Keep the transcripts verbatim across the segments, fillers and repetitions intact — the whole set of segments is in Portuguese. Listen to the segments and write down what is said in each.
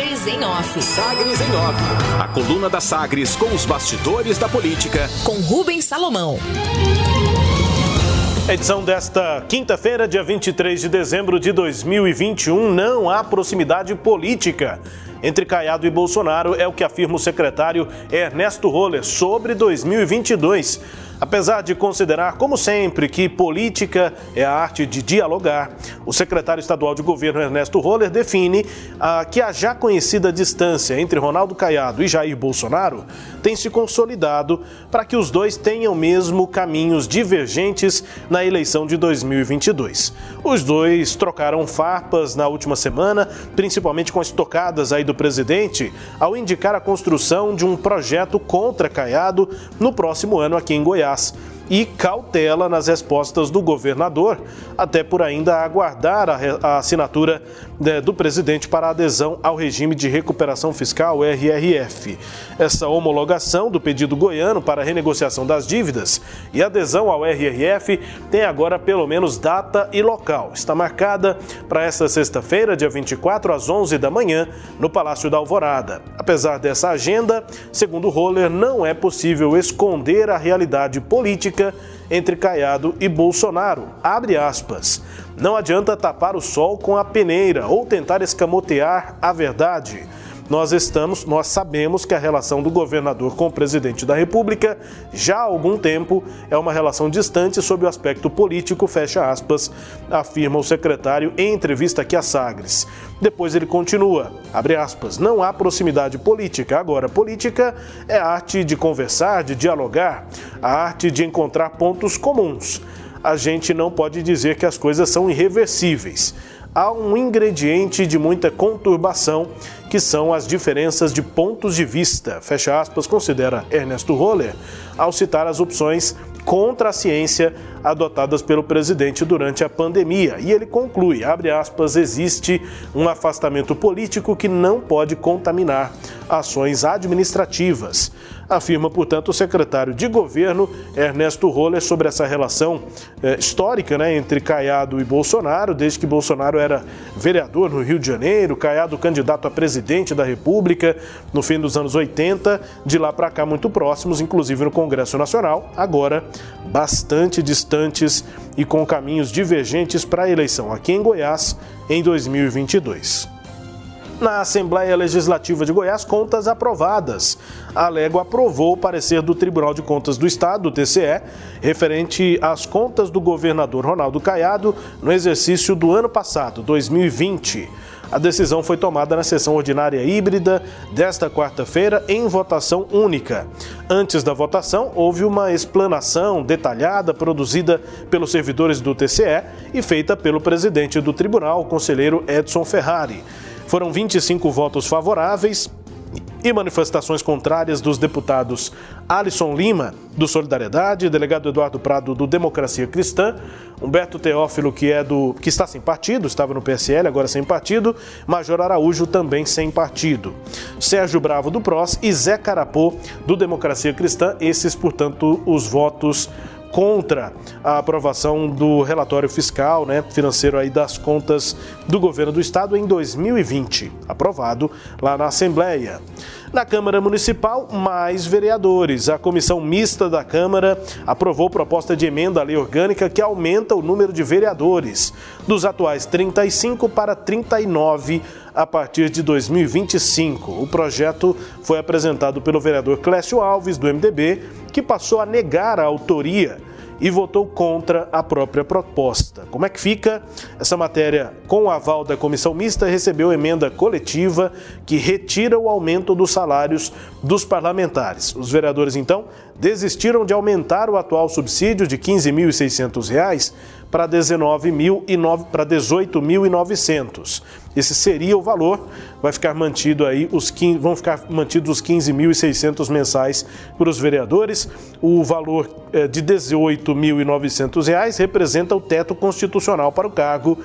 Sagres em Off. Sagres em Off. A coluna da Sagres com os bastidores da política. Com Rubens Salomão. Edição desta quinta-feira, dia vinte e três de dezembro de dois mil e vinte e um, não há proximidade política entre Caiado e Bolsonaro, é o que afirma o secretário Ernesto Roller sobre dois mil e vinte e dois. Apesar de considerar, como sempre, que política é a arte de dialogar, o secretário estadual de governo Ernesto Roller define ah, que a já conhecida distância entre Ronaldo Caiado e Jair Bolsonaro tem se consolidado para que os dois tenham mesmo caminhos divergentes na eleição de dois mil e vinte e dois. Os dois trocaram farpas na última semana, principalmente com as tocadas aí do presidente, ao indicar a construção de um projeto contra Caiado no próximo ano aqui em Goiás. E cautela nas respostas do governador, até por ainda aguardar a, a assinatura né, do presidente para a adesão ao regime de recuperação fiscal, R R F. Essa homologação do pedido goiano para a renegociação das dívidas e adesão ao R R F tem agora pelo menos data e local. Está marcada para esta sexta-feira, dia vinte e quatro, às onze da manhã, no Palácio da Alvorada. Apesar dessa agenda, segundo Roller, não é possível esconder a realidade política entre Caiado e Bolsonaro, abre aspas. Não adianta tapar o sol com a peneira ou tentar escamotear a verdade. Nós estamos, nós sabemos que a relação do governador com o presidente da República já há algum tempo é uma relação distante sob o aspecto político, fecha aspas, afirma o secretário em entrevista aqui à Sagres. Depois ele continua, abre aspas, não há proximidade política. Agora, política é a arte de conversar, de dialogar, a arte de encontrar pontos comuns. A gente não pode dizer que as coisas são irreversíveis. Há um ingrediente de muita conturbação, que são as diferenças de pontos de vista, fecha aspas, considera Ernesto Roller, ao citar as opções contra a ciência adotadas pelo presidente durante a pandemia. E ele conclui, abre aspas, existe um afastamento político que não pode contaminar ações administrativas. Afirma, portanto, o secretário de governo Ernesto Roller sobre essa relação eh, histórica né, entre Caiado e Bolsonaro, desde que Bolsonaro era vereador no Rio de Janeiro, Caiado candidato a presidente da República no fim dos anos oitenta, de lá para cá muito próximos, inclusive no Congresso Nacional, agora bastante distantes e com caminhos divergentes para a eleição aqui em Goiás em dois mil e vinte e dois. Na Assembleia Legislativa de Goiás, contas aprovadas. A Légua aprovou o parecer do Tribunal de Contas do Estado, o T C E, referente às contas do governador Ronaldo Caiado no exercício do ano passado, dois mil e vinte. A decisão foi tomada na sessão ordinária híbrida desta quarta-feira em votação única. Antes da votação, houve uma explanação detalhada produzida pelos servidores do T C E e feita pelo presidente do tribunal, o conselheiro Edson Ferrari. Foram vinte e cinco votos favoráveis e manifestações contrárias dos deputados Alisson Lima, do Solidariedade, delegado Eduardo Prado, do Democracia Cristã, Humberto Teófilo, que, é do, que está sem partido, estava no P S L, agora sem partido, Major Araújo, também sem partido, Sérgio Bravo, do P R O S, e Zé Carapô, do Democracia Cristã, esses, portanto, os votos contra a aprovação do relatório fiscal, né, financeiro aí das contas do governo do estado em dois mil e vinte, aprovado lá na Assembleia. Na Câmara Municipal, mais vereadores. A comissão mista da Câmara aprovou proposta de emenda à lei orgânica que aumenta o número de vereadores, dos atuais trinta e cinco para trinta e nove a partir de dois mil e vinte e cinco. O projeto foi apresentado pelo vereador Clécio Alves, do M D B, que passou a negar a autoria e votou contra a própria proposta. Como é que fica? Essa matéria, com o aval da comissão mista, recebeu emenda coletiva que retira o aumento dos salários dos parlamentares. Os vereadores, então, desistiram de aumentar o atual subsídio de quinze mil e seiscentos reais para dezenove mil e para dezoito mil e novecentos. Esse seria o valor, vai ficar mantido aí os quinze, vão ficar mantidos os quinze mil e seiscentos mensais para os vereadores. O valor de dezoito mil e novecentos reais representa o teto constitucional para o cargo,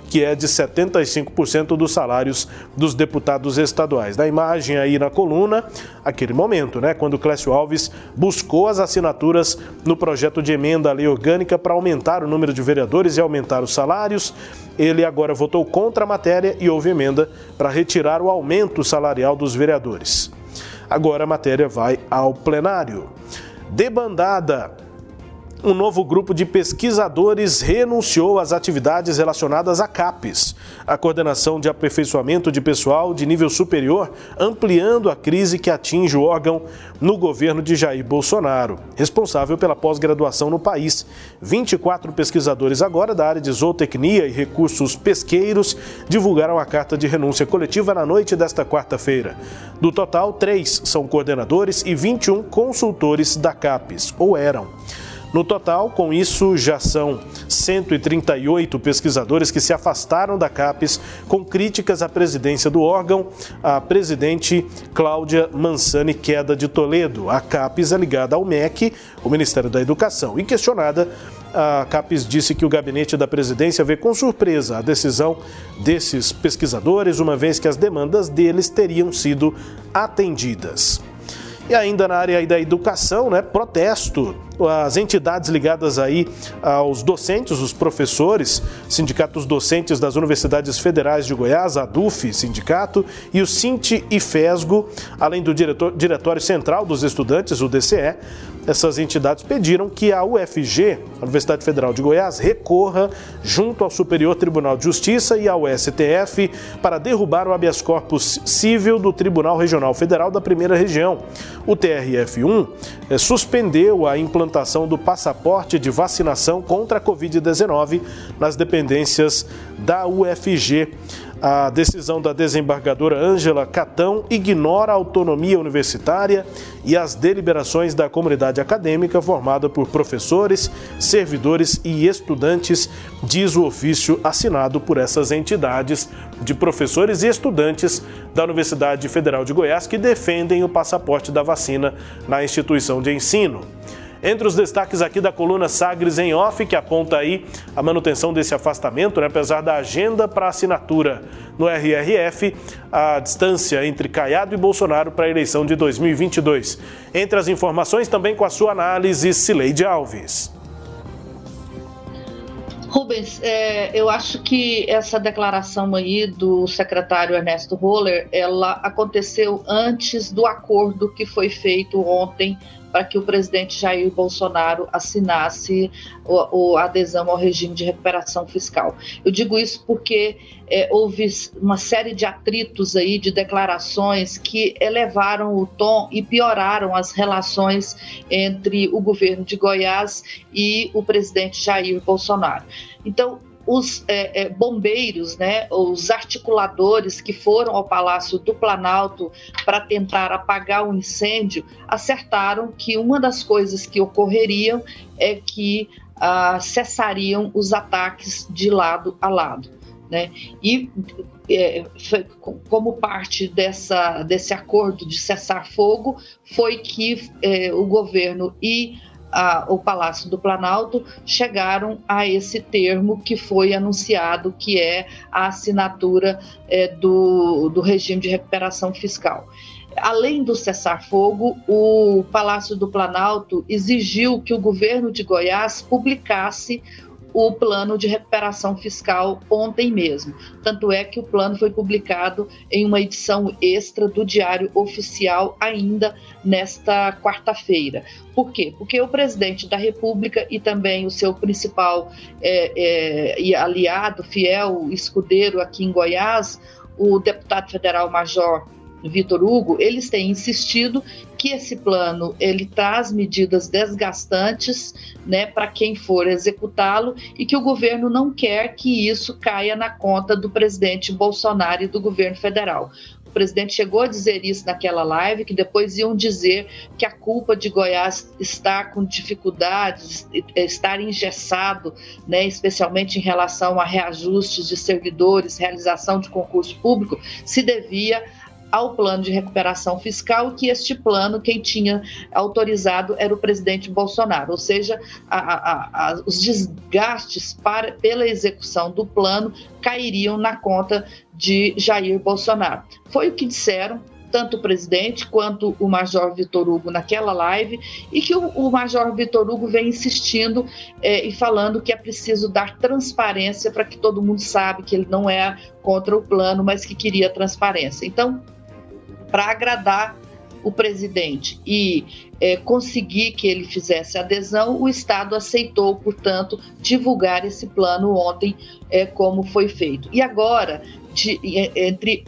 que é de setenta e cinco por cento dos salários dos deputados estaduais. Na imagem aí na coluna, aquele momento, né, quando Clécio Alves buscou as assinaturas no projeto de emenda à lei orgânica para aumentar o número de vereadores e aumentar os salários. Ele agora votou contra a matéria e houve emenda para retirar o aumento salarial dos vereadores. Agora a matéria vai ao plenário. Debandada. Um novo grupo de pesquisadores renunciou às atividades relacionadas à CAPES, a coordenação de aperfeiçoamento de pessoal de nível superior, ampliando a crise que atinge o órgão no governo de Jair Bolsonaro, responsável pela pós-graduação no país. vinte e quatro pesquisadores agora da área de zootecnia e recursos pesqueiros divulgaram a carta de renúncia coletiva na noite desta quarta-feira. Do total, três são coordenadores e vinte e um consultores da CAPES, ou eram. No total, com isso, já são cento e trinta e oito pesquisadores que se afastaram da CAPES com críticas à presidência do órgão, a presidente Cláudia Mansani Queda de Toledo. A CAPES é ligada ao M E C, o Ministério da Educação, e questionada, a CAPES disse que o gabinete da presidência vê com surpresa a decisão desses pesquisadores, uma vez que as demandas deles teriam sido atendidas. E ainda na área da educação, né, protesto. As entidades ligadas aí aos docentes, os professores, sindicatos docentes das Universidades Federais de Goiás, a D U F, sindicato, e o Sinti e Fesgo, além do diretor, Diretório Central dos Estudantes, o D C E, essas entidades pediram que a U F G, a Universidade Federal de Goiás, recorra junto ao Superior Tribunal de Justiça e ao S T F para derrubar o habeas corpus civil do Tribunal Regional Federal da Primeira Região. O T R F um eh, suspendeu a implantação do passaporte de vacinação contra a covid dezenove nas dependências da U F G. A decisão da desembargadora Ângela Catão ignora a autonomia universitária e as deliberações da comunidade acadêmica formada por professores, servidores e estudantes, diz o ofício assinado por essas entidades de professores e estudantes da Universidade Federal de Goiás que defendem o passaporte da vacina na instituição de ensino. Entre os destaques aqui da coluna Sagres em Off, que aponta aí a manutenção desse afastamento, né? Apesar da agenda para assinatura no R R F, a distância entre Caiado e Bolsonaro para a eleição de dois mil e vinte e dois. Entre as informações, também com a sua análise, Cileide Alves. Rubens, é, eu acho que essa declaração aí do secretário Ernesto Roller, ela aconteceu antes do acordo que foi feito ontem para que o presidente Jair Bolsonaro assinasse o, a adesão ao regime de recuperação fiscal. Eu digo isso porque é, houve uma série de atritos aí, de declarações que elevaram o tom e pioraram as relações entre o governo de Goiás e o presidente Jair Bolsonaro. Então, os é, é, bombeiros, né, os articuladores que foram ao Palácio do Planalto para tentar apagar o incêndio, acertaram que uma das coisas que ocorreriam é que ah, cessariam os ataques de lado a lado, né? E é, foi, como parte dessa, desse acordo de cessar-fogo, foi que é, o governo e A, o Palácio do Planalto chegaram a esse termo que foi anunciado, que é a assinatura é, do, do regime de recuperação fiscal. Além do cessar-fogo, o Palácio do Planalto exigiu que o governo de Goiás publicasse o plano de recuperação fiscal ontem mesmo. Tanto é que o plano foi publicado em uma edição extra do Diário Oficial ainda nesta quarta-feira. Por quê? Porque o presidente da República e também o seu principal é, é, aliado, fiel, escudeiro aqui em Goiás, o deputado federal Major Vitor Hugo, eles têm insistido que esse plano ele traz medidas desgastantes, né, para quem for executá-lo, e que o governo não quer que isso caia na conta do presidente Bolsonaro e do governo federal. O presidente chegou a dizer isso naquela live, que depois iam dizer que a culpa de Goiás estar com dificuldades, estar engessado, né, especialmente em relação a reajustes de servidores, realização de concurso público, se devia ao plano de recuperação fiscal, que este plano, quem tinha autorizado era o presidente Bolsonaro, ou seja, a, a, a, os desgastes para, pela execução do plano cairiam na conta de Jair Bolsonaro. Foi o que disseram tanto o presidente quanto o Major Vitor Hugo naquela live, e que o, o Major Vitor Hugo vem insistindo é, e falando que é preciso dar transparência para que todo mundo saiba que ele não é contra o plano, mas que queria transparência. Então, para agradar o presidente e é, conseguir que ele fizesse adesão, o Estado aceitou, portanto, divulgar esse plano ontem, é, como foi feito. E agora, de, entre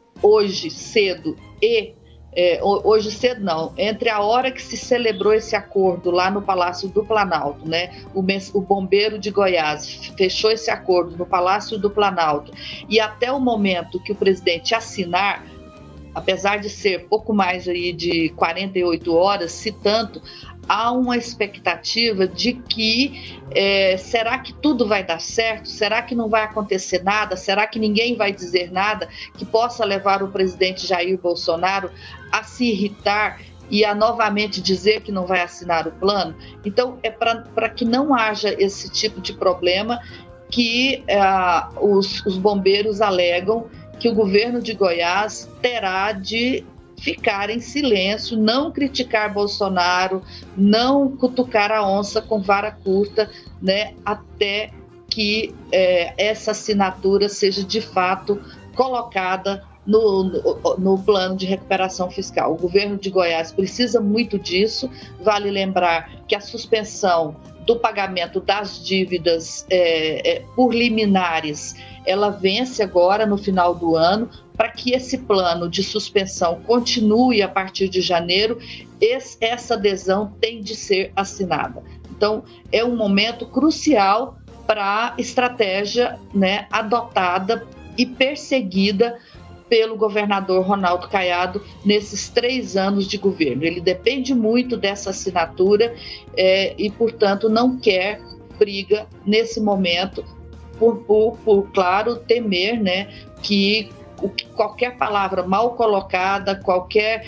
hoje cedo e é, hoje cedo não, entre a hora que se celebrou esse acordo lá no Palácio do Planalto, né, o, o bombeiro de Goiás fechou esse acordo no Palácio do Planalto, e até o momento que o presidente assinar, apesar de ser pouco mais aí de quarenta e oito horas, se tanto, há uma expectativa de que é, será que tudo vai dar certo? Será que não vai acontecer nada? Será que ninguém vai dizer nada que possa levar o presidente Jair Bolsonaro a se irritar e a novamente dizer que não vai assinar o plano? Então, é para que não haja esse tipo de problema que uh, os, os bombeiros alegam que o governo de Goiás terá de ficar em silêncio, não criticar Bolsonaro, não cutucar a onça com vara curta, né, até que é, essa assinatura seja de fato colocada no, no, no plano de recuperação fiscal. O governo de Goiás precisa muito disso. Vale lembrar que a suspensão do pagamento das dívidas é, é, por liminares, ela vence agora no final do ano. Para que esse plano de suspensão continue a partir de janeiro, esse, essa adesão tem de ser assinada. Então, é um momento crucial para a estratégia, né, adotada e perseguida pelo governador Ronaldo Caiado nesses três anos de governo. Ele depende muito dessa assinatura é, e, portanto, não quer briga nesse momento, por, por, por claro, temer, né, que qualquer palavra mal colocada, qualquer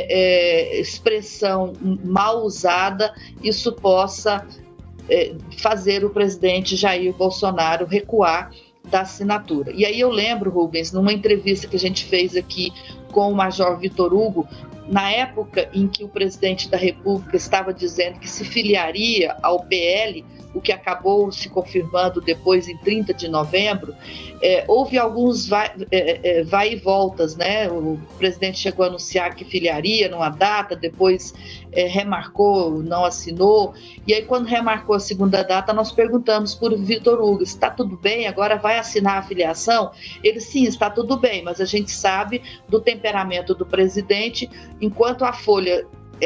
é, é, expressão mal usada, isso possa é, fazer o presidente Jair Bolsonaro recuar da assinatura. E aí eu lembro, Rubens, numa entrevista que a gente fez aqui com o Major Vitor Hugo, na época em que o presidente da República estava dizendo que se filiaria ao P L, o que acabou se confirmando depois em trinta de novembro, é, houve alguns vai, é, é, vai e voltas, né? O presidente chegou a anunciar que filiaria numa data, depois é, remarcou, não assinou, e aí quando remarcou a segunda data, nós perguntamos para o Vitor Hugo, está tudo bem, agora vai assinar a filiação? Ele, sim, está tudo bem, mas a gente sabe do temperamento do presidente, enquanto a folha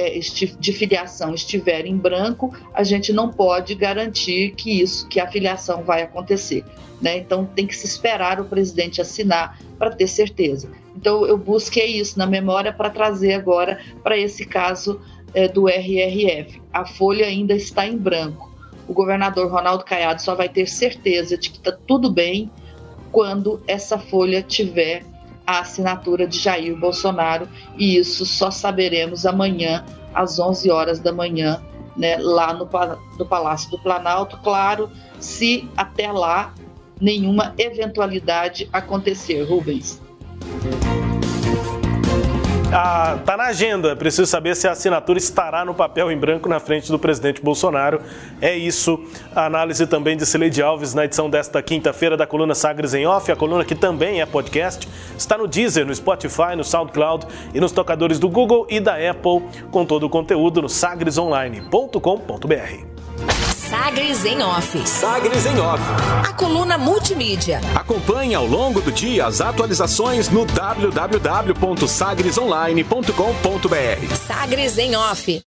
de filiação estiver em branco, a gente não pode garantir que isso, que a filiação vai acontecer, né? Então tem que se esperar o presidente assinar para ter certeza. Então eu busquei isso na memória para trazer agora para esse caso é, do R R F. A folha ainda está em branco. O governador Ronaldo Caiado só vai ter certeza de que está tudo bem quando essa folha tiver a assinatura de Jair Bolsonaro, e isso só saberemos amanhã, às onze horas da manhã, né, lá no, no Palácio do Planalto, claro, se até lá nenhuma eventualidade acontecer, Rubens. Ah, tá na agenda, é preciso saber se a assinatura estará no papel em branco na frente do presidente Bolsonaro. É isso, a análise também de Cileide Alves na edição desta quinta-feira da coluna Sagres em Off, a coluna que também é podcast, está no Deezer, no Spotify, no SoundCloud e nos tocadores do Google e da Apple, com todo o conteúdo no sagres online ponto com ponto b r. Sagres em Off. Sagres em Off. A coluna multimídia. Acompanhe ao longo do dia as atualizações no w w w ponto sagres online ponto com ponto b r. Sagres em Off.